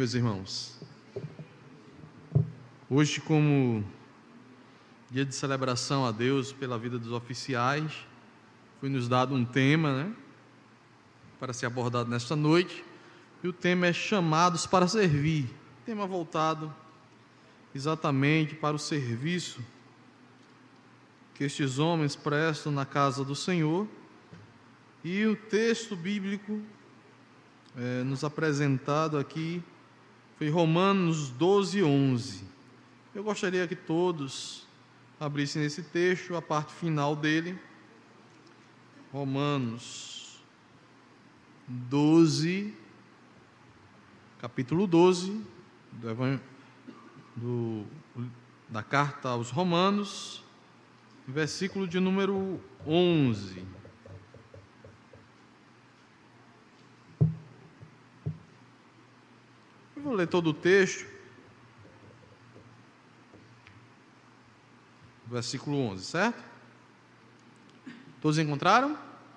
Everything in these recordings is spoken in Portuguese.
meus irmãos? Hoje, como dia de celebração a Deus pela vida dos oficiais, foi nos dado um tema, para ser abordado nesta noite, e o tema é chamados para servir. Tema voltado exatamente para o serviço que estes homens prestam na casa do Senhor. E o texto bíblico nos apresentado aqui foi Romanos 12, 11. Eu gostaria que todos abrissem esse texto, a parte final dele. Romanos 12, capítulo 12, da carta aos Romanos, versículo de número 11. Eu vou ler todo o texto, versículo 11, certo? Todos encontraram?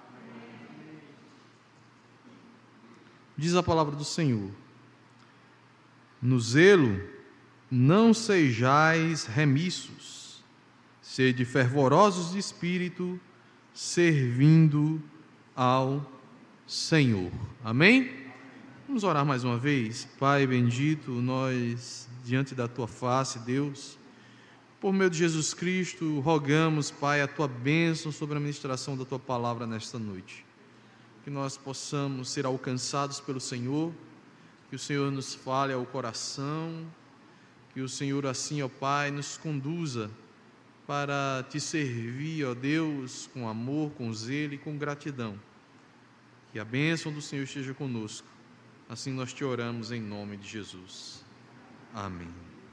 Diz a palavra do Senhor: no zelo não sejais remissos, sede fervorosos de espírito, servindo ao Senhor. Amém? Vamos orar mais uma vez. Pai bendito, nós, diante da Tua face, Deus, por meio de Jesus Cristo, rogamos, Pai, a Tua bênção sobre a ministração da Tua palavra nesta noite. Que nós possamos ser alcançados pelo Senhor, que o Senhor nos fale ao coração, que o Senhor assim, ó Pai, nos conduza para Te servir, ó Deus, com amor, com zelo e com gratidão. Que a bênção do Senhor esteja conosco. Assim nós Te oramos em nome de Jesus. Amém.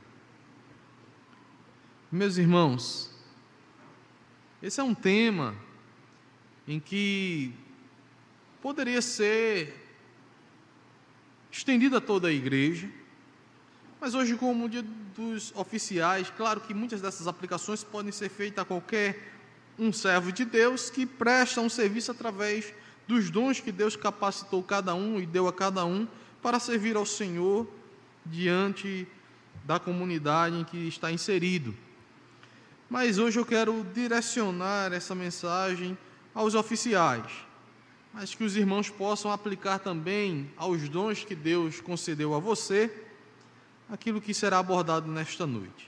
Meus irmãos, esse é um tema em que poderia ser estendido a toda a igreja, mas hoje, como o dia dos oficiais, claro que muitas dessas aplicações podem ser feitas a qualquer um servo de Deus que presta um serviço através dos dons que Deus capacitou cada um e deu a cada um para servir ao Senhor diante da comunidade em que está inserido. Mas hoje eu quero direcionar essa mensagem aos oficiais, mas que os irmãos possam aplicar também aos dons que Deus concedeu a você, aquilo que será abordado nesta noite.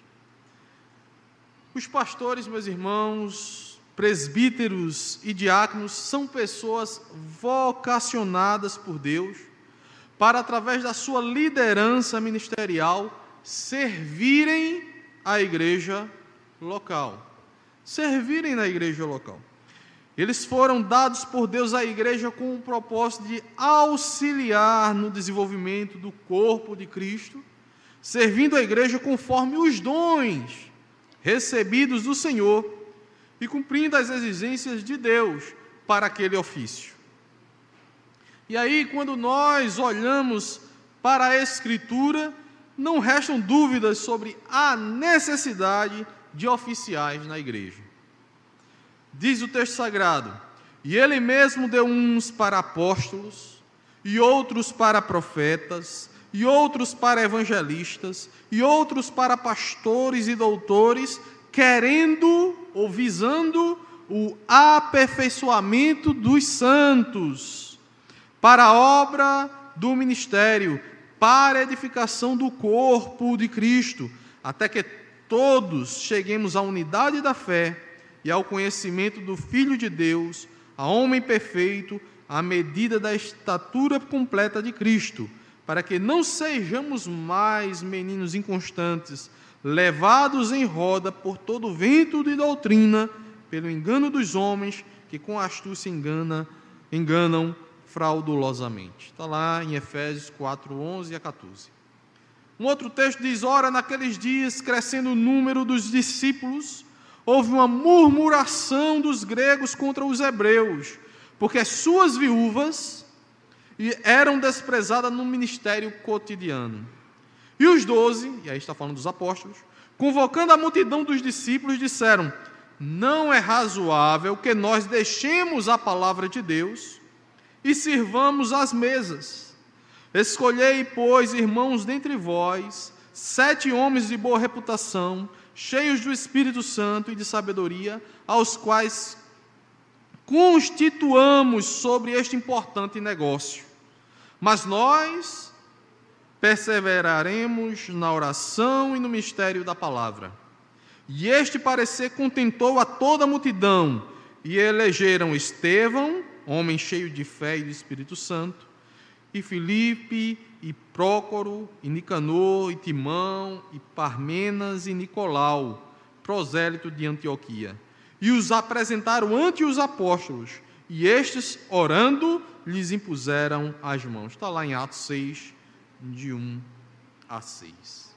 Os pastores, meus irmãos, presbíteros e diáconos são pessoas vocacionadas por Deus para, através da sua liderança ministerial, servirem a igreja local. Servirem na igreja local. Eles foram dados por Deus à igreja com o propósito de auxiliar no desenvolvimento do corpo de Cristo, servindo a igreja conforme os dons recebidos do Senhor e cumprindo as exigências de Deus para aquele ofício. E aí, quando nós olhamos para a Escritura, não restam dúvidas sobre a necessidade de oficiais na igreja. Diz o texto sagrado: e Ele mesmo deu uns para apóstolos, e outros para profetas, e outros para evangelistas, e outros para pastores e doutores, querendo ou visando o aperfeiçoamento dos santos, para a obra do ministério, para a edificação do corpo de Cristo, até que todos cheguemos à unidade da fé e ao conhecimento do Filho de Deus, a homem perfeito, à medida da estatura completa de Cristo, para que não sejamos mais meninos inconstantes, levados em roda por todo vento de doutrina, pelo engano dos homens, que com astúcia enganam fraudulosamente. Está lá em Efésios 4, 11 a 14. Um outro texto diz: ora, naqueles dias, crescendo o número dos discípulos, houve uma murmuração dos gregos contra os hebreus, porque suas viúvas eram desprezadas no ministério cotidiano. E os 12, e aí está falando dos apóstolos, convocando a multidão dos discípulos, disseram: não é razoável que nós deixemos a palavra de Deus e sirvamos às mesas. Escolhei, pois, irmãos, dentre vós, 7 homens de boa reputação, cheios do Espírito Santo e de sabedoria, aos quais constituamos sobre este importante negócio. Mas nós perseveraremos na oração e no mistério da palavra. E este parecer contentou a toda a multidão, e elegeram Estevão, homem cheio de fé e do Espírito Santo, e Filipe, e Prócoro, e Nicanor, e Timão, e Parmenas, e Nicolau, prosélito de Antioquia. E os apresentaram ante os apóstolos, e estes, orando, lhes impuseram as mãos. Está lá em Atos 6, de 1 a 6.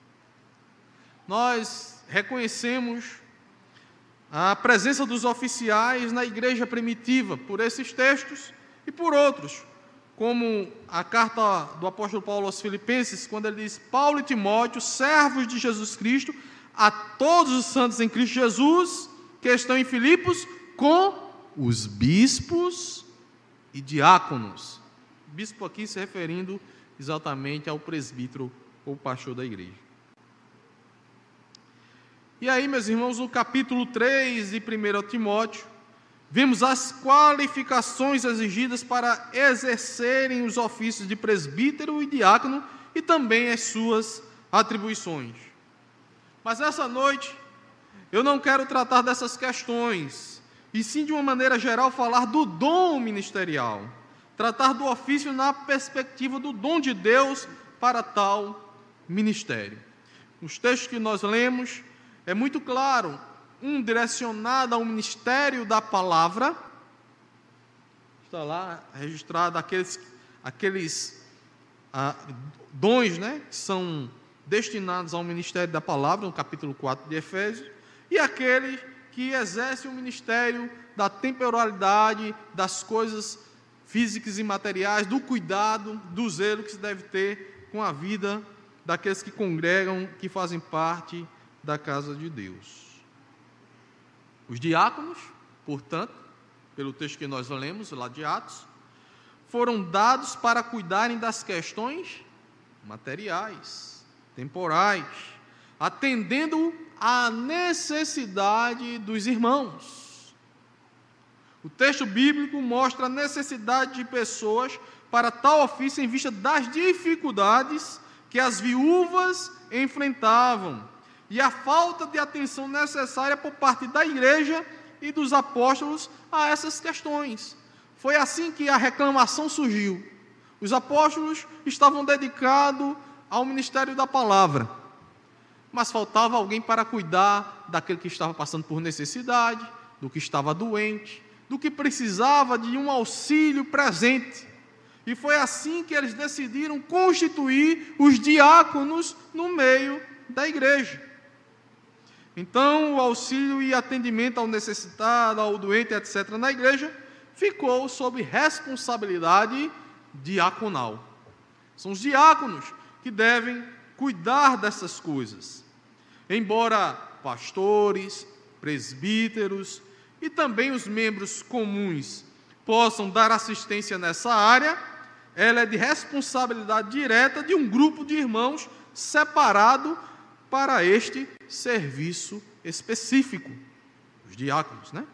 Nós reconhecemos a presença dos oficiais na igreja primitiva, por esses textos e por outros, como a carta do apóstolo Paulo aos Filipenses, quando ele diz: Paulo e Timóteo, servos de Jesus Cristo, a todos os santos em Cristo Jesus, que estão em Filipos, com os bispos e diáconos. Bispo aqui se referindo exatamente ao presbítero ou pastor da igreja. E aí, meus irmãos, no capítulo 3 de 1 Timóteo, vemos as qualificações exigidas para exercerem os ofícios de presbítero e diácono e também as suas atribuições. Mas nessa noite, eu não quero tratar dessas questões, e sim, de uma maneira geral, falar do dom ministerial, tratar do ofício na perspectiva do dom de Deus para tal ministério. Nos textos que nós lemos, é muito claro, um direcionado ao ministério da palavra, está lá registrado aqueles dons, né, que são destinados ao ministério da palavra, no capítulo 4 de Efésios, e aquele que exerce o ministério da temporalidade, das coisas físicas e materiais, do cuidado, do zelo que se deve ter com a vida daqueles que congregam, que fazem parte da casa de Deus. Os diáconos, portanto, pelo texto que nós lemos lá de Atos, foram dados para cuidarem das questões materiais, temporais, atendendo à necessidade dos irmãos. O texto bíblico mostra a necessidade de pessoas para tal ofício em vista das dificuldades que as viúvas enfrentavam e a falta de atenção necessária por parte da igreja e dos apóstolos a essas questões. Foi assim que a reclamação surgiu. Os apóstolos estavam dedicados ao ministério da palavra, mas faltava alguém para cuidar daquele que estava passando por necessidade, do que estava doente, do que precisava de um auxílio presente. E foi assim que eles decidiram constituir os diáconos no meio da igreja. Então, o auxílio e atendimento ao necessitado, ao doente, etc., na igreja, ficou sob responsabilidade diaconal. São os diáconos que devem cuidar dessas coisas. Embora pastores, presbíteros e também os membros comuns possam dar assistência nessa área, ela é de responsabilidade direta de um grupo de irmãos separado para este serviço específico, os diáconos, né?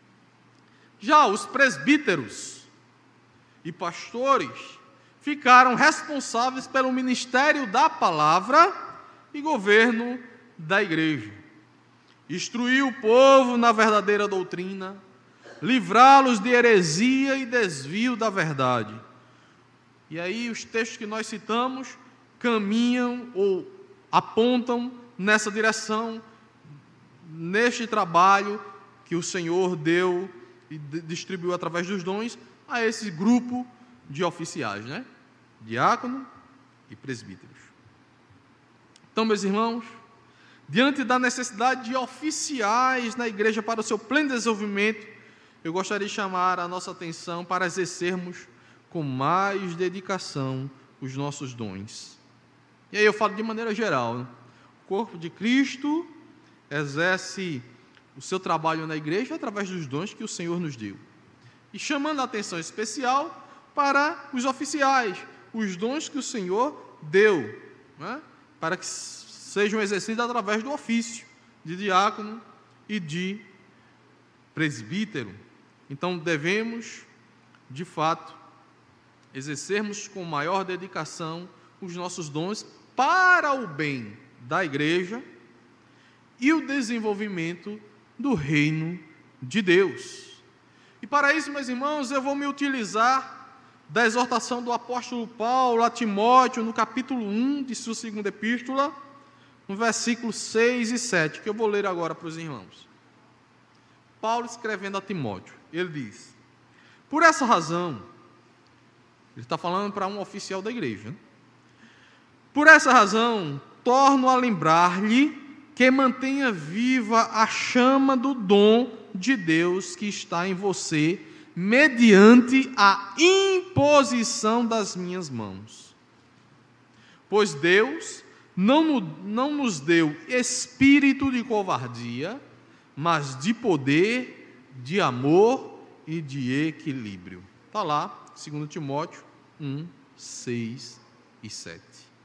Já os presbíteros e pastores ficaram responsáveis pelo ministério da palavra e governo da igreja. Instruir o povo na verdadeira doutrina, livrá-los de heresia e desvio da verdade. E aí os textos que nós citamos caminham ou apontam nessa direção, neste trabalho que o Senhor deu e distribuiu através dos dons a esse grupo de oficiais, né? Diácono e presbíteros. Então, meus irmãos, diante da necessidade de oficiais na igreja para o seu pleno desenvolvimento, eu gostaria de chamar a nossa atenção para exercermos com mais dedicação os nossos dons. E aí eu falo de maneira geral, né? O corpo de Cristo exerce o seu trabalho na igreja através dos dons que o Senhor nos deu. E chamando a atenção especial para os oficiais, os dons que o Senhor deu, né, para que sejam exercidos através do ofício de diácono e de presbítero. Então, devemos, de fato, exercermos com maior dedicação os nossos dons para o bem da igreja e o desenvolvimento do reino de Deus. E para isso, meus irmãos, eu vou me utilizar da exortação do apóstolo Paulo a Timóteo, no capítulo 1 de sua segunda epístola, no versículos 6 e 7, que eu vou ler agora para os irmãos. Paulo escrevendo a Timóteo, ele diz: por essa razão, ele está falando para um oficial da igreja, né? Por essa razão, torno a lembrar-lhe que mantenha viva a chama do dom de Deus que está em você, mediante a imposição das minhas mãos. Pois Deus não nos deu espírito de covardia, mas de poder, de amor e de equilíbrio. Está lá, 2 Timóteo 1, 6 e 7.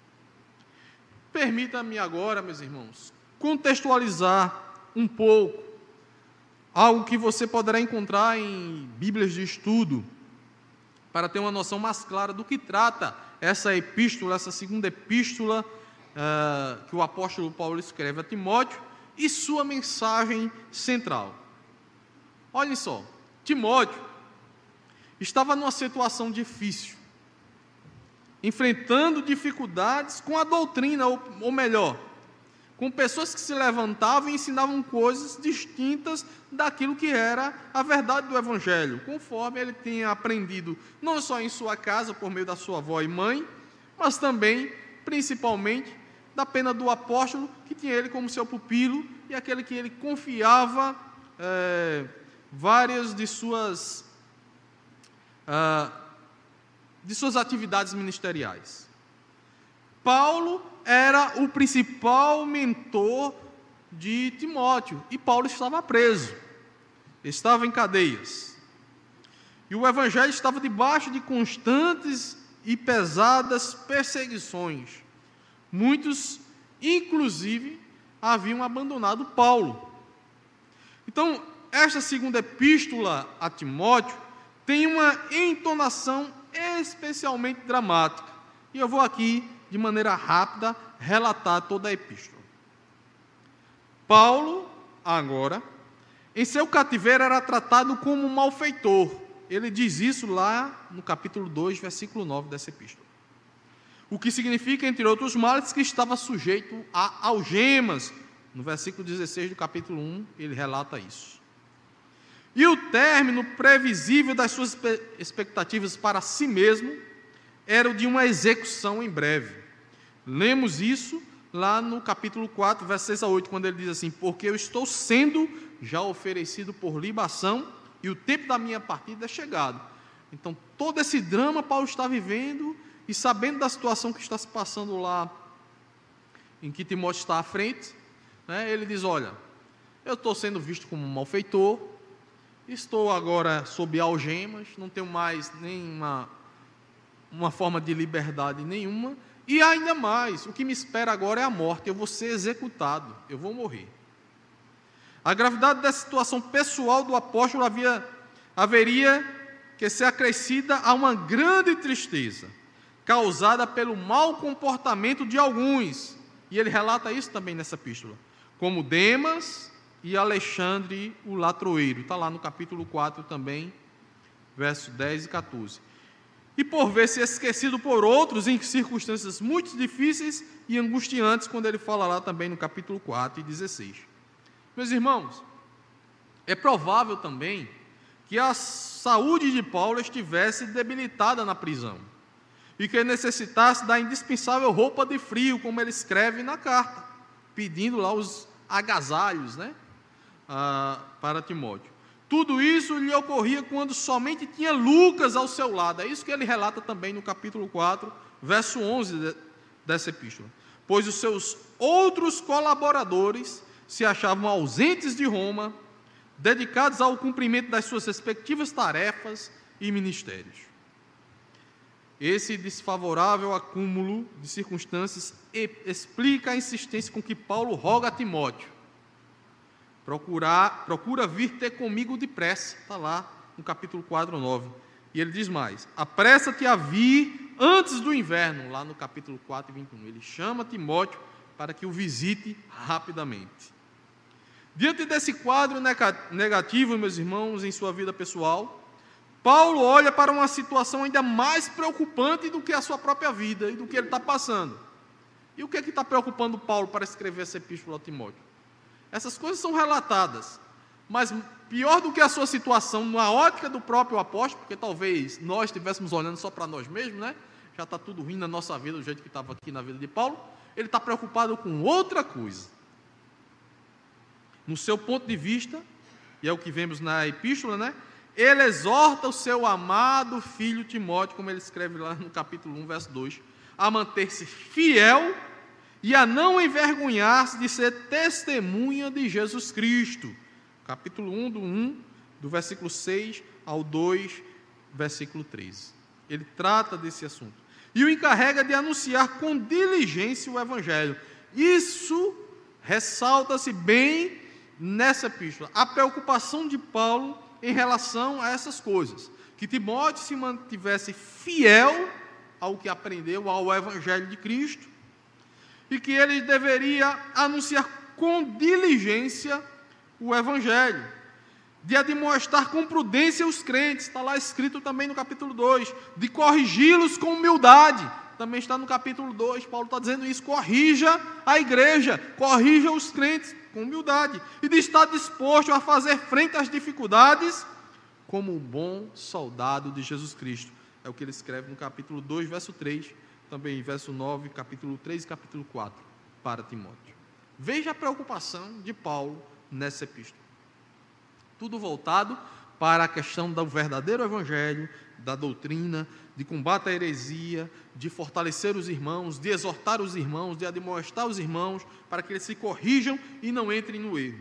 Permita-me agora, meus irmãos, contextualizar um pouco algo que você poderá encontrar em Bíblias de estudo, para ter uma noção mais clara do que trata essa epístola, essa segunda epístola que o apóstolo Paulo escreve a Timóteo, e sua mensagem central. Olhem só, Timóteo estava numa situação difícil, enfrentando dificuldades com a doutrina, ou melhor, com pessoas que se levantavam e ensinavam coisas distintas daquilo que era a verdade do Evangelho, conforme ele tinha aprendido, não só em sua casa, por meio da sua avó e mãe, mas também, principalmente, da pena do apóstolo, que tinha ele como seu pupilo, e aquele que ele confiava várias de suas atividades ministeriais. Paulo era o principal mentor de Timóteo, e Paulo estava preso, estava em cadeias, e o Evangelho estava debaixo de constantes e pesadas perseguições. Muitos, inclusive, haviam abandonado Paulo. Então, esta segunda epístola a Timóteo tem uma entonação especialmente dramática, e eu vou aqui, de maneira rápida, relatar toda a epístola. Paulo, agora, em seu cativeiro era tratado como um malfeitor. Ele diz isso lá no capítulo 2, versículo 9 dessa epístola. O que significa, entre outros males, que estava sujeito a algemas. No versículo 16 do capítulo 1, ele relata isso. E o término previsível das suas expectativas para si mesmo era o de uma execução em breve. Lemos isso lá no capítulo 4, versos 6 a 8, quando ele diz assim: porque eu estou sendo já oferecido por libação, e o tempo da minha partida é chegado. Então, todo esse drama Paulo está vivendo, e sabendo da situação que está se passando lá, em que Timóteo está à frente, né, ele diz: olha, eu estou sendo visto como um malfeitor, estou agora sob algemas, não tenho mais nenhuma forma de liberdade nenhuma, e ainda mais, o que me espera agora é a morte, eu vou ser executado, eu vou morrer. A gravidade da situação pessoal do apóstolo haveria que ser acrescida a uma grande tristeza, causada pelo mau comportamento de alguns, e ele relata isso também nessa epístola, como Demas e Alexandre o Latroeiro, está lá no capítulo 4 também, versos 10 e 14. E por ver-se esquecido por outros em circunstâncias muito difíceis e angustiantes, quando ele fala lá também no capítulo 4 e 16. Meus irmãos, é provável também que a saúde de Paulo estivesse debilitada na prisão, e que ele necessitasse da indispensável roupa de frio, como ele escreve na carta, pedindo lá os agasalhos, né, para Timóteo. Tudo isso lhe ocorria quando somente tinha Lucas ao seu lado. É isso que ele relata também no capítulo 4, verso 11 dessa epístola. Pois os seus outros colaboradores se achavam ausentes de Roma, dedicados ao cumprimento das suas respectivas tarefas e ministérios. esse desfavorável acúmulo de circunstâncias explica a insistência com que Paulo roga a Timóteo: procura vir ter comigo depressa. Está lá no capítulo 4, 9. E ele diz mais: apressa-te a vir antes do inverno, lá no capítulo 4, 21. Ele chama Timóteo para que o visite rapidamente. Diante desse quadro negativo, meus irmãos, em sua vida pessoal, Paulo olha para uma situação ainda mais preocupante do que a sua própria vida e do que ele está passando. E o que é que está preocupando Paulo para escrever essa epístola a Timóteo? Essas coisas são relatadas, mas pior do que a sua situação na ótica do próprio apóstolo, porque talvez nós estivéssemos olhando só para nós mesmos, né? Já está tudo ruim na nossa vida, do jeito que estava aqui na vida de Paulo. Ele está preocupado com outra coisa. No seu ponto de vista, e é o que vemos na epístola, né? Ele exorta o seu amado filho Timóteo, como ele escreve lá no capítulo 1, verso 2, a manter-se fiel e a não envergonhar-se de ser testemunha de Jesus Cristo. Capítulo 1, do versículo 6 ao 2, versículo 13. Ele trata desse assunto. E o encarrega de anunciar com diligência o Evangelho. Isso ressalta-se bem nessa epístola. A preocupação de Paulo em relação a essas coisas. Que Timóteo se mantivesse fiel ao que aprendeu, ao Evangelho de Cristo, e que ele deveria anunciar com diligência o Evangelho, de admoestar com prudência os crentes, está lá escrito também no capítulo 2, de corrigi-los com humildade, também está no capítulo 2, Paulo está dizendo isso: corrija a igreja, corrija os crentes com humildade, e de estar disposto a fazer frente às dificuldades como um bom soldado de Jesus Cristo. É o que ele escreve no capítulo 2, verso 3, também verso 9, capítulo 3 e capítulo 4, para Timóteo. Veja a preocupação de Paulo nessa epístola. Tudo voltado para a questão do verdadeiro evangelho, da doutrina, de combate à heresia, de fortalecer os irmãos, de exortar os irmãos, de admoestar os irmãos, para que eles se corrijam e não entrem no erro.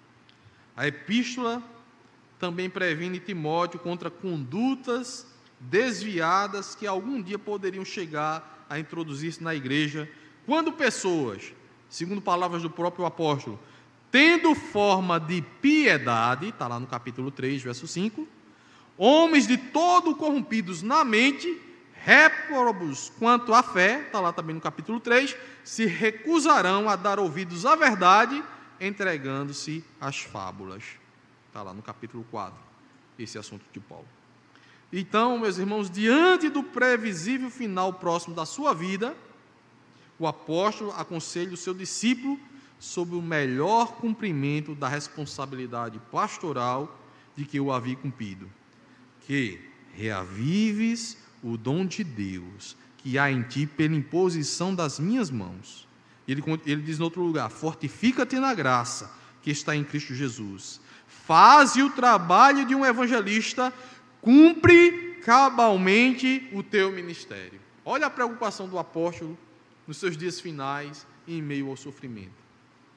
A epístola também previne Timóteo contra condutas desviadas que algum dia poderiam chegar a introduzir-se na igreja, quando pessoas, segundo palavras do próprio apóstolo, tendo forma de piedade, está lá no capítulo 3, verso 5, homens de todo corrompidos na mente, réprobos quanto à fé, está lá também no capítulo 3, se recusarão a dar ouvidos à verdade, entregando-se às fábulas. Está lá no capítulo 4, esse assunto de Paulo. Então, meus irmãos, diante do previsível final próximo da sua vida, o apóstolo aconselha o seu discípulo sobre o melhor cumprimento da responsabilidade pastoral de que o havia cumprido, que reavives o dom de Deus que há em ti pela imposição das minhas mãos. Ele diz em outro lugar: fortifica-te na graça que está em Cristo Jesus. Faze o trabalho de um evangelista, cumpre cabalmente o teu ministério. Olha a preocupação do apóstolo nos seus dias finais, em meio ao sofrimento,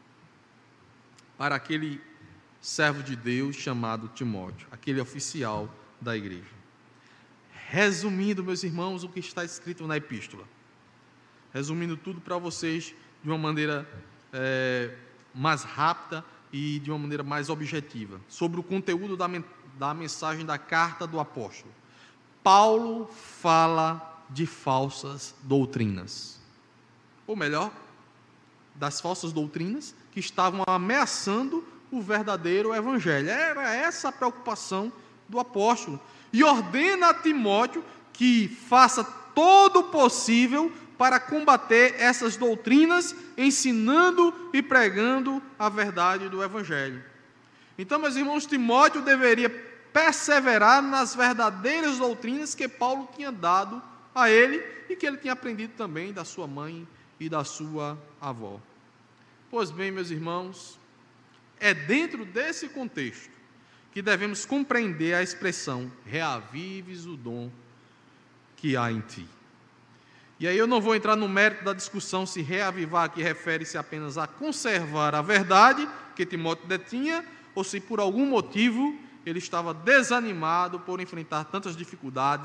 para aquele servo de Deus chamado Timóteo, aquele oficial da igreja. Resumindo, meus irmãos, o que está escrito na epístola, resumindo tudo para vocês de uma maneira mais rápida e de uma maneira mais objetiva, sobre o conteúdo da mensagem da carta do apóstolo. Paulo fala de falsas doutrinas, ou melhor, das falsas doutrinas que estavam ameaçando o verdadeiro evangelho. Era essa a preocupação do apóstolo, e ordena a Timóteo que faça todo o possível para combater essas doutrinas, ensinando e pregando a verdade do evangelho. Então, meus irmãos, Timóteo deveria perseverar nas verdadeiras doutrinas que Paulo tinha dado a ele e que ele tinha aprendido também da sua mãe e da sua avó. Pois bem, meus irmãos, é dentro desse contexto que devemos compreender a expressão reavives o dom que há em ti. E aí eu não vou entrar no mérito da discussão se reavivar aqui refere-se apenas a conservar a verdade que Timóteo detinha, ou se por algum motivo ele estava desanimado por enfrentar tantas dificuldades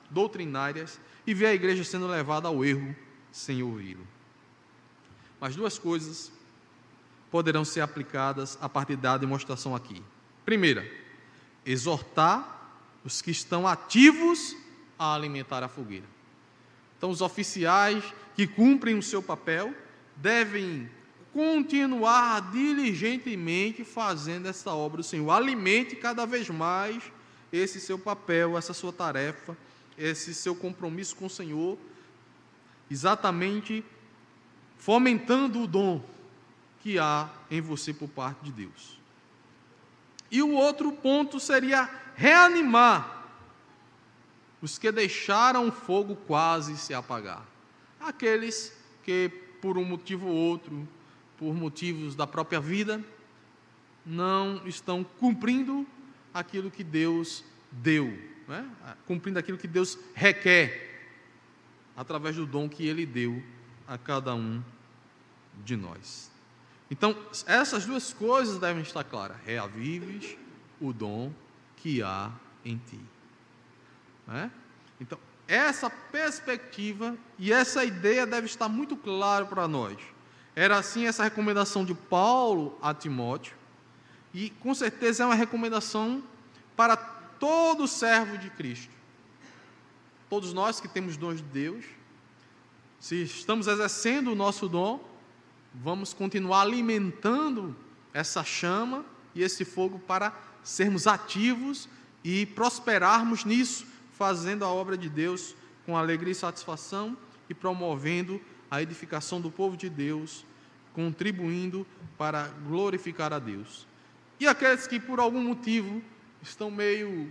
doutrinárias e vê a igreja sendo levada ao erro sem ouvi-lo. Mas duas coisas poderão ser aplicadas a partir da demonstração aqui. Primeira, exortar os que estão ativos a alimentar a fogueira. Então, os oficiais que cumprem o seu papel devem continuar diligentemente fazendo essa obra do Senhor. Alimente cada vez mais esse seu papel, essa sua tarefa, esse seu compromisso com o Senhor, exatamente fomentando o dom que há em você por parte de Deus. E o outro ponto seria reanimar os que deixaram o fogo quase se apagar. Aqueles que, por um motivo ou outro, por motivos da própria vida, não estão cumprindo aquilo que Deus deu, né? Cumprindo aquilo que Deus requer, através do dom que Ele deu a cada um de nós. Então, essas duas coisas devem estar claras: reavives o dom que há em ti. Né? Então, essa perspectiva e essa ideia deve estar muito claro para nós. Era assim essa recomendação de Paulo a Timóteo, e com certeza é uma recomendação para todo servo de Cristo. Todos nós que temos dons de Deus, se estamos exercendo o nosso dom, vamos continuar alimentando essa chama e esse fogo para sermos ativos e prosperarmos nisso, fazendo a obra de Deus com alegria e satisfação e promovendo a edificação do povo de Deus, contribuindo para glorificar a Deus. E aqueles que por algum motivo estão meio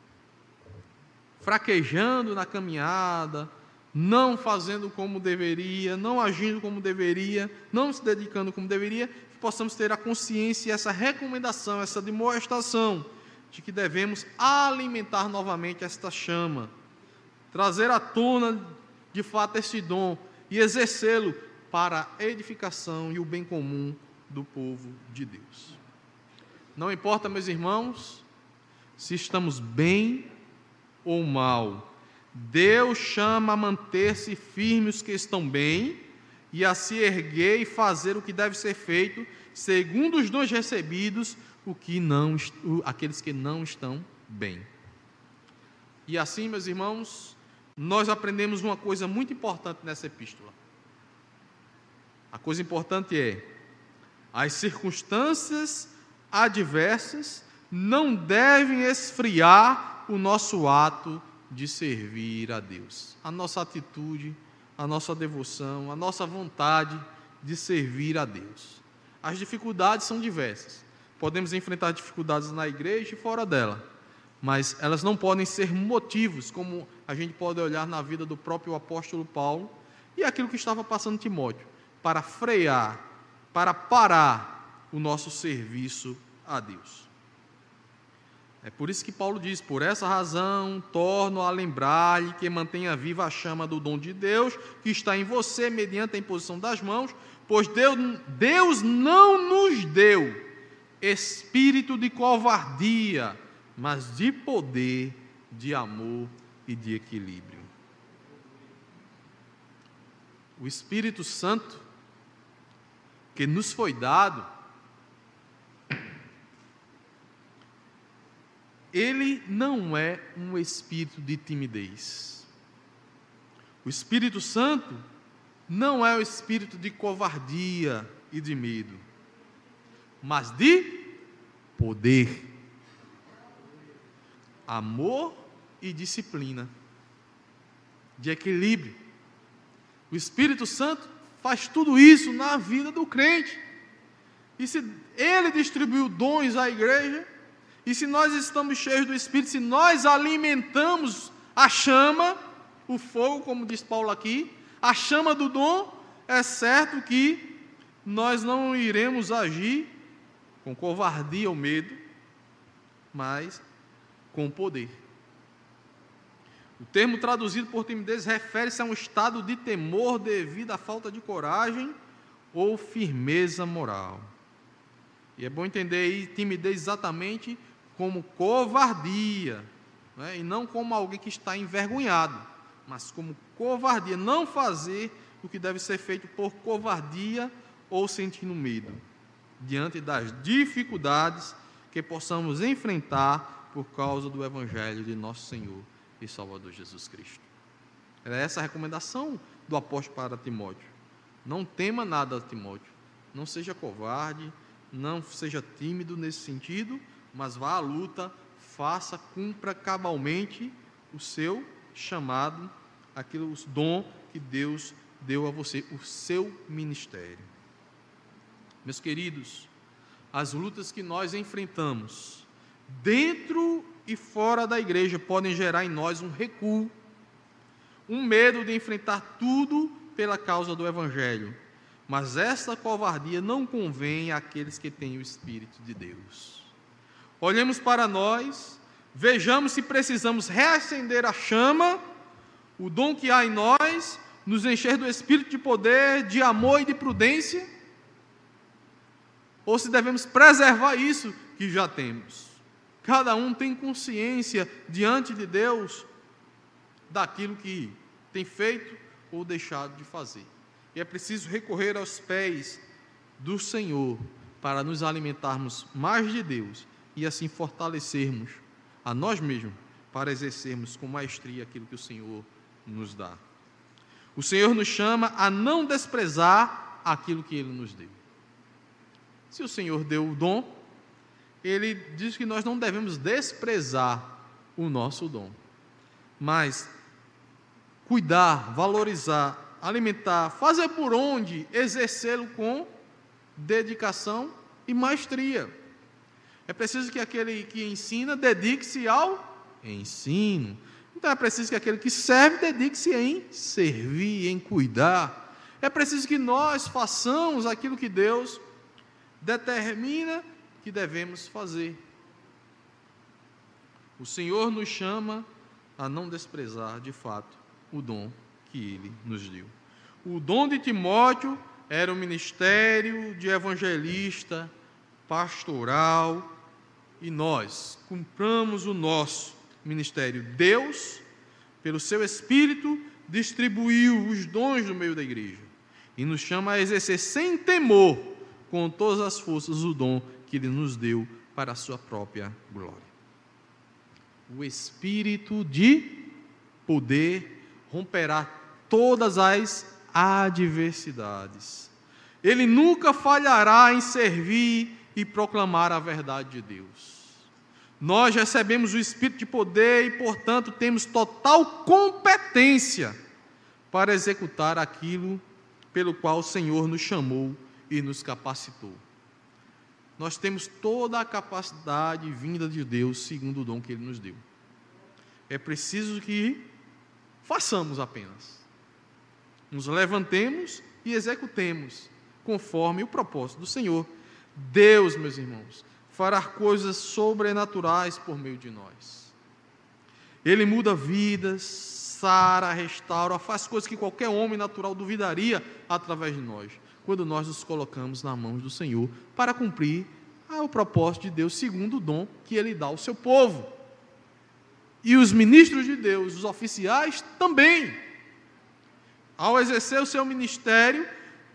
fraquejando na caminhada, não fazendo como deveria, não agindo como deveria, não se dedicando como deveria, que possamos ter a consciência e essa recomendação, essa demonstração de que devemos alimentar novamente esta chama, trazer à tona de fato esse dom e exercê-lo para a edificação e o bem comum do povo de Deus. Não importa, meus irmãos, se estamos bem ou mal, Deus chama a manter-se firmes os que estão bem e a se erguer e fazer o que deve ser feito, segundo os dons recebidos, aqueles que não estão bem. E assim, meus irmãos, nós aprendemos uma coisa muito importante nessa epístola. A coisa importante é: as circunstâncias adversas não devem esfriar o nosso ato de servir a Deus, a nossa atitude, a nossa devoção, a nossa vontade de servir a Deus. As dificuldades são diversas. Podemos enfrentar dificuldades na igreja e fora dela, mas elas não podem ser motivos, como a gente pode olhar na vida do próprio apóstolo Paulo e aquilo que estava passando Timóteo, para frear, para parar o nosso serviço a Deus. É por isso que Paulo diz: por essa razão, torno a lembrar-lhe que mantenha viva a chama do dom de Deus, que está em você, mediante a imposição das mãos, pois Deus não nos deu espírito de covardia, mas de poder, de amor e de equilíbrio. O Espírito Santo que nos foi dado, ele não é um espírito de timidez. O Espírito Santo não é o espírito de covardia e de medo, mas de poder, amor e disciplina, de equilíbrio. O Espírito Santo faz tudo isso na vida do crente. E se ele distribuiu dons à igreja, e se nós estamos cheios do Espírito, se nós alimentamos a chama, o fogo, como diz Paulo aqui, a chama do dom, é certo que nós não iremos agir com covardia ou medo, mas com poder. O termo traduzido por timidez refere-se a um estado de temor devido à falta de coragem ou firmeza moral. E é bom entender aí timidez exatamente como covardia, né? E não como alguém que está envergonhado, mas como covardia, não fazer o que deve ser feito por covardia ou sentindo medo, diante das dificuldades que possamos enfrentar por causa do Evangelho de nosso Senhor e Salvador Jesus Cristo. É essa a recomendação do apóstolo para Timóteo. Não tema nada, Timóteo. Não seja covarde, não seja tímido nesse sentido, mas vá à luta, faça, cumpra cabalmente o seu chamado, aquilo, os dom que Deus deu a você, o seu ministério. Meus queridos, as lutas que nós enfrentamos, dentro e fora da igreja, podem gerar em nós um recuo, um medo de enfrentar tudo pela causa do Evangelho. Mas essa covardia não convém àqueles que têm o Espírito de Deus. Olhemos para nós, vejamos se precisamos reacender a chama, o dom que há em nós, nos encher do Espírito de poder, de amor e de prudência, ou se devemos preservar isso que já temos. Cada um tem consciência diante de Deus daquilo que tem feito ou deixado de fazer. E é preciso recorrer aos pés do Senhor para nos alimentarmos mais de Deus e assim fortalecermos a nós mesmos para exercermos com maestria aquilo que o Senhor nos dá. O Senhor nos chama a não desprezar aquilo que Ele nos deu. Se o Senhor deu o dom, Ele diz que nós não devemos desprezar o nosso dom, mas cuidar, valorizar, alimentar, fazer por onde, exercê-lo com dedicação e maestria. É preciso que aquele que ensina dedique-se ao ensino. Então é preciso que aquele que serve dedique-se em servir, em cuidar. É preciso que nós façamos aquilo que Deus determina que devemos fazer. O Senhor nos chama a não desprezar, de fato, o dom que Ele nos deu. O dom de Timóteo era o ministério de evangelista, pastoral, e nós cumpramos o nosso ministério. Deus, pelo seu Espírito, distribuiu os dons no meio da igreja e nos chama a exercer sem temor, com todas as forças, o dom que Ele nos deu para a sua própria glória. O Espírito de poder romperá todas as adversidades. Ele nunca falhará em servir e proclamar a verdade de Deus. Nós recebemos o Espírito de poder e, portanto, temos total competência para executar aquilo pelo qual o Senhor nos chamou e nos capacitou. Nós temos toda a capacidade vinda de Deus, segundo o dom que Ele nos deu. É preciso que façamos apenas. Nos levantemos e executemos, conforme o propósito do Senhor. Deus, meus irmãos, fará coisas sobrenaturais por meio de nós. Ele muda vidas, sara, restaura, faz coisas que qualquer homem natural duvidaria através de nós, quando nós nos colocamos nas mãos do Senhor para cumprir o propósito de Deus, segundo o dom que Ele dá ao seu povo. E os ministros de Deus, os oficiais também, ao exercer o seu ministério,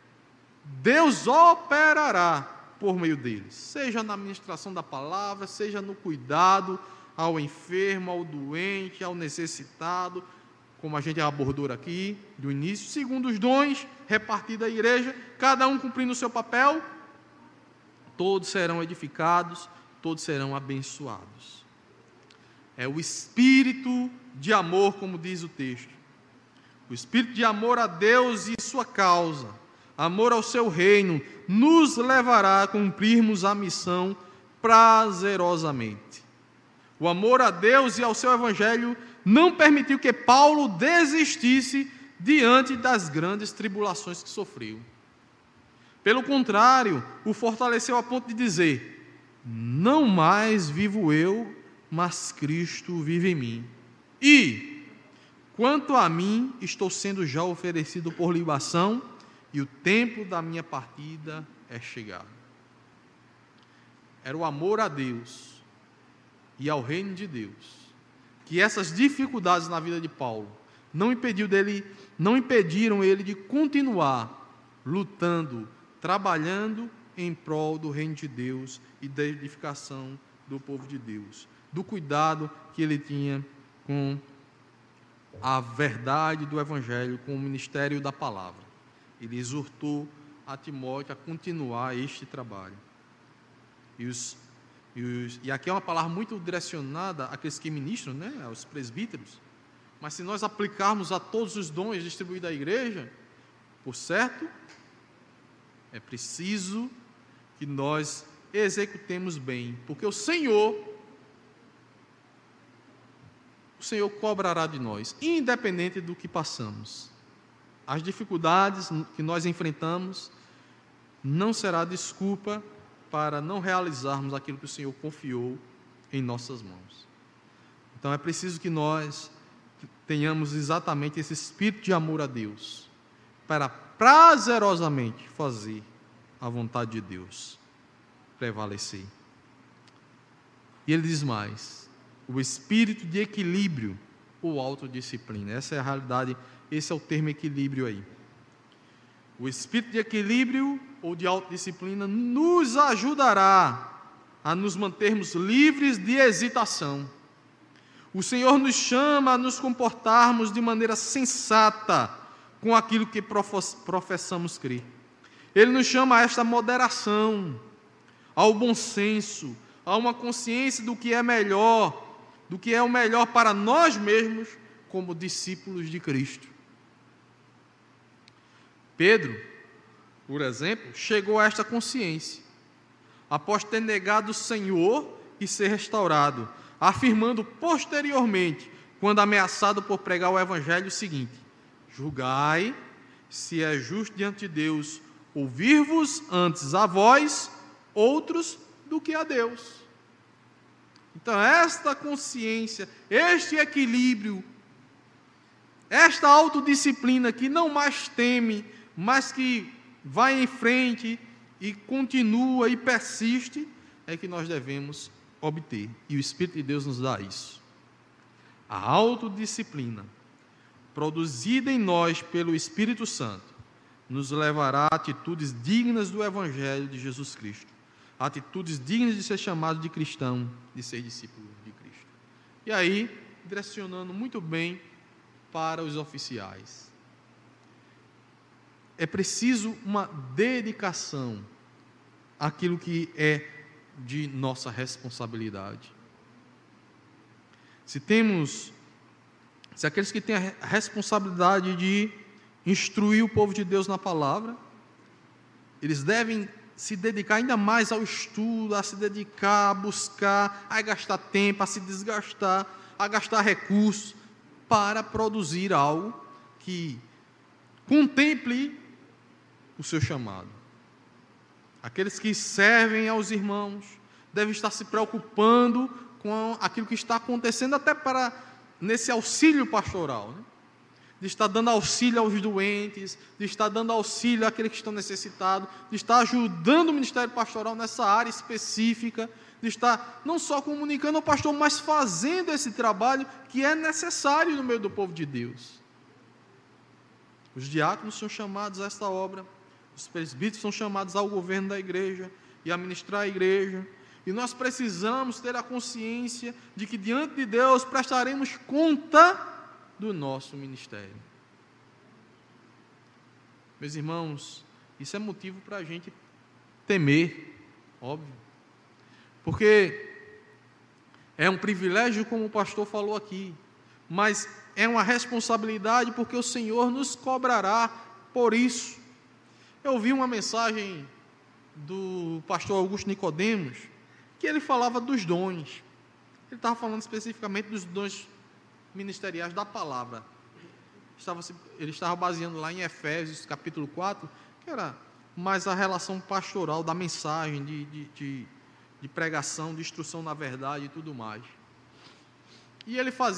Deus operará por meio deles, seja na ministração da palavra, seja no cuidado ao enfermo, ao doente, ao necessitado, como a gente abordou aqui do início, segundo os dons repartidos à igreja, cada um cumprindo o seu papel, todos serão edificados, todos serão abençoados. É o espírito de amor, como diz o texto. O espírito de amor a Deus e sua causa, amor ao seu reino, nos levará a cumprirmos a missão prazerosamente. O amor a Deus e ao seu evangelho não permitiu que Paulo desistisse diante das grandes tribulações que sofreu. Pelo contrário, o fortaleceu a ponto de dizer: não mais vivo eu, mas Cristo vive em mim. E, quanto a mim, estou sendo já oferecido por libação, e o tempo da minha partida é chegado. Era o amor a Deus e ao reino de Deus que essas dificuldades na vida de Paulo não impediram ele de continuar lutando, trabalhando em prol do reino de Deus e da edificação do povo de Deus, do cuidado que ele tinha com a verdade do Evangelho, com o ministério da palavra. Ele exortou a Timóteo a continuar este trabalho. E aqui é uma palavra muito direcionada àqueles que ministram, né, aos presbíteros, mas se nós aplicarmos a todos os dons distribuídos à igreja, por certo, é preciso que nós executemos bem, porque o Senhor cobrará de nós, independente do que passamos. As dificuldades que nós enfrentamos não será desculpa para não realizarmos aquilo que o Senhor confiou em nossas mãos. Então é preciso que nós tenhamos exatamente esse espírito de amor a Deus, para prazerosamente fazer a vontade de Deus prevalecer. E ele diz mais: o espírito de equilíbrio ou autodisciplina. Essa é a realidade, esse é o termo equilíbrio aí. O espírito de equilíbrio ou de autodisciplina nos ajudará a nos mantermos livres de hesitação. O Senhor nos chama a nos comportarmos de maneira sensata com aquilo que professamos crer. Ele nos chama a esta moderação, ao bom senso, a uma consciência do que é melhor, do que é o melhor para nós mesmos como discípulos de Cristo. Pedro, por exemplo, chegou a esta consciência, após ter negado o Senhor e ser restaurado, afirmando posteriormente, quando ameaçado por pregar o Evangelho, o seguinte: julgai se é justo diante de Deus ouvir-vos antes a vós, outros, do que a Deus. Então, esta consciência, este equilíbrio, esta autodisciplina que não mais teme, mas que vai em frente e continua e persiste, é que nós devemos obter. E o Espírito de Deus nos dá isso. A autodisciplina, produzida em nós pelo Espírito Santo, nos levará a atitudes dignas do Evangelho de Jesus Cristo. Atitudes dignas de ser chamado de cristão, de ser discípulo de Cristo. E aí, direcionando muito bem para os oficiais. É preciso uma dedicação àquilo que é de nossa responsabilidade. Se aqueles que têm a responsabilidade de instruir o povo de Deus na palavra, eles devem se dedicar ainda mais ao estudo, a se dedicar, a buscar, a gastar tempo, a se desgastar, a gastar recursos para produzir algo que contemple o seu chamado. Aqueles que servem aos irmãos devem estar se preocupando com aquilo que está acontecendo, até nesse auxílio pastoral, né? De estar dando auxílio aos doentes, de estar dando auxílio àqueles que estão necessitados, de estar ajudando o ministério pastoral nessa área específica, de estar não só comunicando ao pastor, mas fazendo esse trabalho que é necessário no meio do povo de Deus. Os diáconos são chamados a esta obra, os presbíteros são chamados ao governo da igreja e a ministrar a igreja, e nós precisamos ter a consciência de que diante de Deus prestaremos conta do nosso ministério. Meus irmãos, isso é motivo para a gente temer, óbvio, porque é um privilégio, como o pastor falou aqui, mas é uma responsabilidade, porque o Senhor nos cobrará por isso. Eu ouvi uma mensagem do pastor Augusto Nicodemos, que ele falava dos dons. Ele estava falando especificamente dos dons ministeriais da palavra. Ele estava baseando lá em Efésios, capítulo 4, que era mais a relação pastoral da mensagem, de pregação, de instrução na verdade e tudo mais. E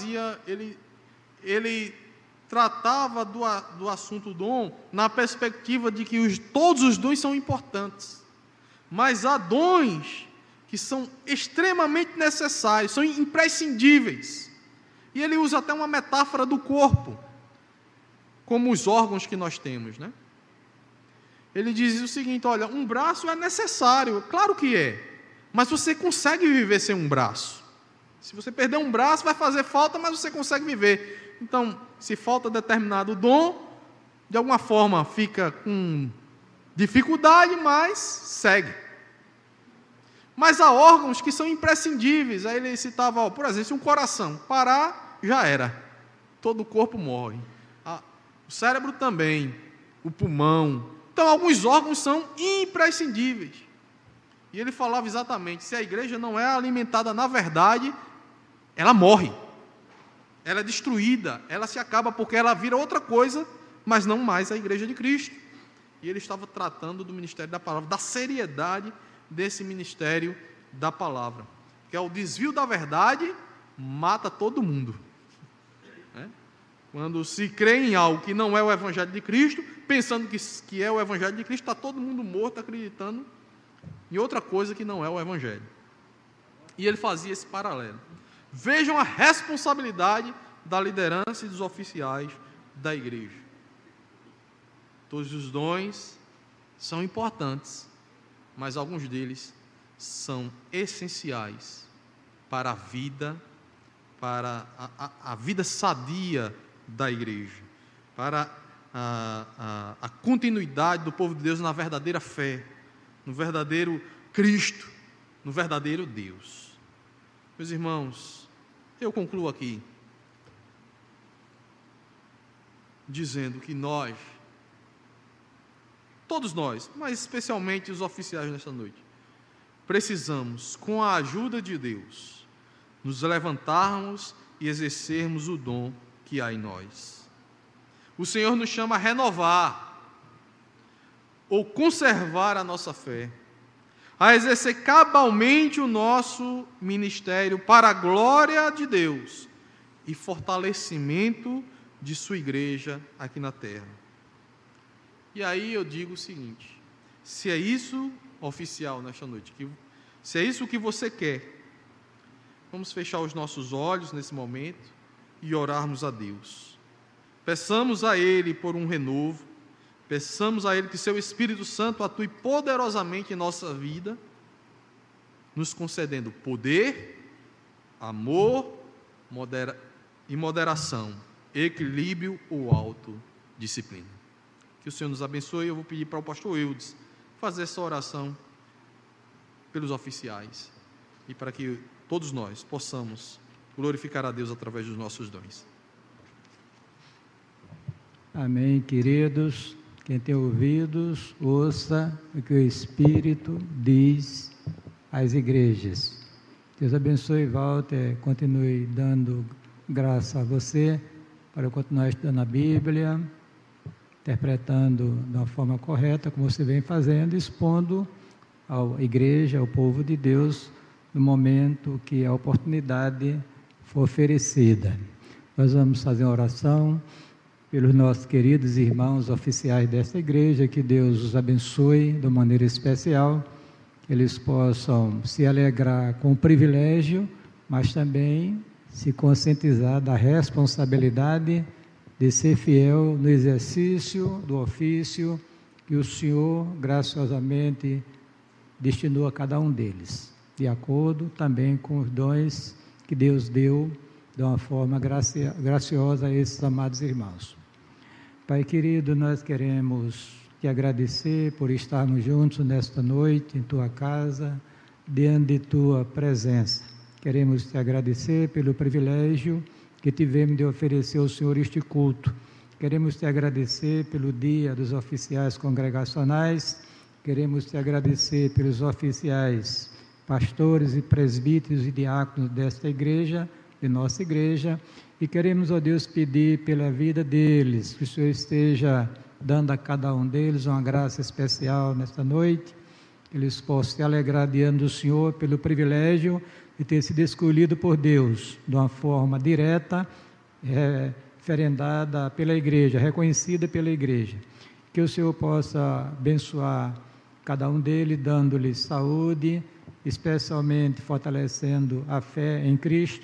ele tratava do assunto dom na perspectiva de que todos os dons são importantes, mas há dons que são extremamente necessários, são imprescindíveis. E ele usa até uma metáfora do corpo, como os órgãos que nós temos, né? Ele diz o seguinte: olha, um braço é necessário, claro que é, mas você consegue viver sem um braço. Se você perder um braço, vai fazer falta, mas você consegue viver. Então, se falta determinado dom, de alguma forma fica com dificuldade, mas segue. Mas há órgãos que são imprescindíveis. Aí ele citava, por exemplo, se um coração parar, já era. Todo o corpo morre. O cérebro também, o pulmão. Então, alguns órgãos são imprescindíveis. E ele falava exatamente, se a igreja não é alimentada na verdade, ela morre. Ela é destruída, ela se acaba porque ela vira outra coisa, mas não mais a igreja de Cristo. E ele estava tratando do ministério da palavra, da seriedade desse ministério da palavra, que é o desvio da verdade, mata todo mundo. Quando se crê em algo que não é o evangelho de Cristo, pensando que é o evangelho de Cristo, está todo mundo morto acreditando em outra coisa que não é o evangelho. E ele fazia esse paralelo. Vejam a responsabilidade da liderança e dos oficiais da igreja. Todos os dons são importantes, mas alguns deles são essenciais para a vida, para a vida sadia da igreja, para a continuidade do povo de Deus na verdadeira fé, no verdadeiro Cristo, no verdadeiro Deus. Meus irmãos, eu concluo aqui dizendo que nós, todos nós, mas especialmente os oficiais nesta noite, precisamos, com a ajuda de Deus, nos levantarmos e exercermos o dom que há em nós. O Senhor nos chama a renovar ou conservar a nossa fé, a exercer cabalmente o nosso ministério para a glória de Deus e fortalecimento de sua igreja aqui na terra. E aí eu digo o seguinte: se é isso, oficial, nesta noite, se é isso que você quer, vamos fechar os nossos olhos nesse momento e orarmos a Deus. Peçamos a Ele por um renovo, peçamos a Ele que seu Espírito Santo atue poderosamente em nossa vida, nos concedendo poder, amor e moderação, equilíbrio ou autodisciplina. Que o Senhor nos abençoe. Eu vou pedir para o pastor Eudes fazer essa oração pelos oficiais e para que todos nós possamos glorificar a Deus através dos nossos dons. Amém, queridos. Quem tem ouvidos, ouça o que o Espírito diz às igrejas. Deus abençoe, Walter, continue dando graça a você para continuar estudando a Bíblia, interpretando de uma forma correta, como você vem fazendo, expondo à igreja, ao povo de Deus, no momento que a oportunidade for oferecida. Nós vamos fazer uma oração pelos nossos queridos irmãos oficiais desta igreja, que Deus os abençoe de maneira especial, que eles possam se alegrar com o privilégio, mas também se conscientizar da responsabilidade de ser fiel no exercício do ofício que o Senhor graciosamente destinou a cada um deles, de acordo também com os dons que Deus deu de uma forma graciosa a esses amados irmãos. Pai querido, nós queremos te agradecer por estarmos juntos nesta noite em tua casa, diante de tua presença. Queremos te agradecer pelo privilégio que tivemos de oferecer ao Senhor este culto. Queremos te agradecer pelo dia dos oficiais congregacionais, queremos te agradecer pelos oficiais, pastores e presbíteros e diáconos desta igreja, de nossa igreja, e queremos, ó Deus, pedir pela vida deles, que o Senhor esteja dando a cada um deles uma graça especial nesta noite, que eles possam se alegrar diante do Senhor pelo privilégio de ter sido escolhido por Deus de uma forma direta, referendada pela igreja, reconhecida pela igreja. Que o Senhor possa abençoar cada um deles, dando-lhes saúde, especialmente fortalecendo a fé em Cristo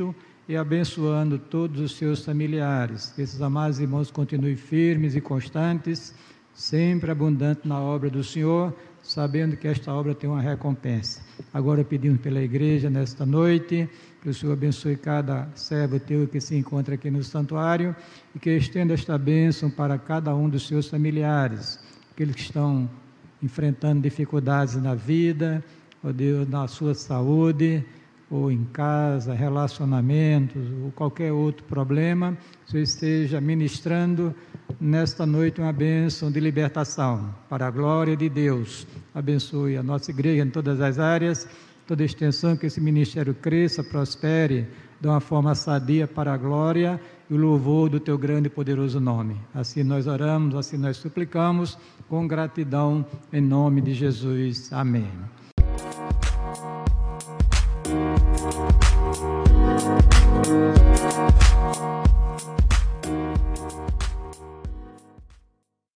e abençoando todos os seus familiares. Que esses amados irmãos continuem firmes e constantes, sempre abundantes na obra do Senhor, sabendo que esta obra tem uma recompensa. Agora pedimos pela igreja nesta noite, que o Senhor abençoe cada servo teu que se encontra aqui no santuário e que estenda esta bênção para cada um dos seus familiares, aqueles que estão enfrentando dificuldades na vida, ó Deus, na sua saúde, ou em casa, relacionamentos, ou qualquer outro problema, que o Senhor esteja ministrando nesta noite uma bênção de libertação, para a glória de Deus. Abençoe a nossa igreja em todas as áreas, toda a extensão, que esse ministério cresça, prospere de uma forma sadia para a glória e o louvor do Teu grande e poderoso nome. Assim nós oramos, assim nós suplicamos, com gratidão, em nome de Jesus. Amém.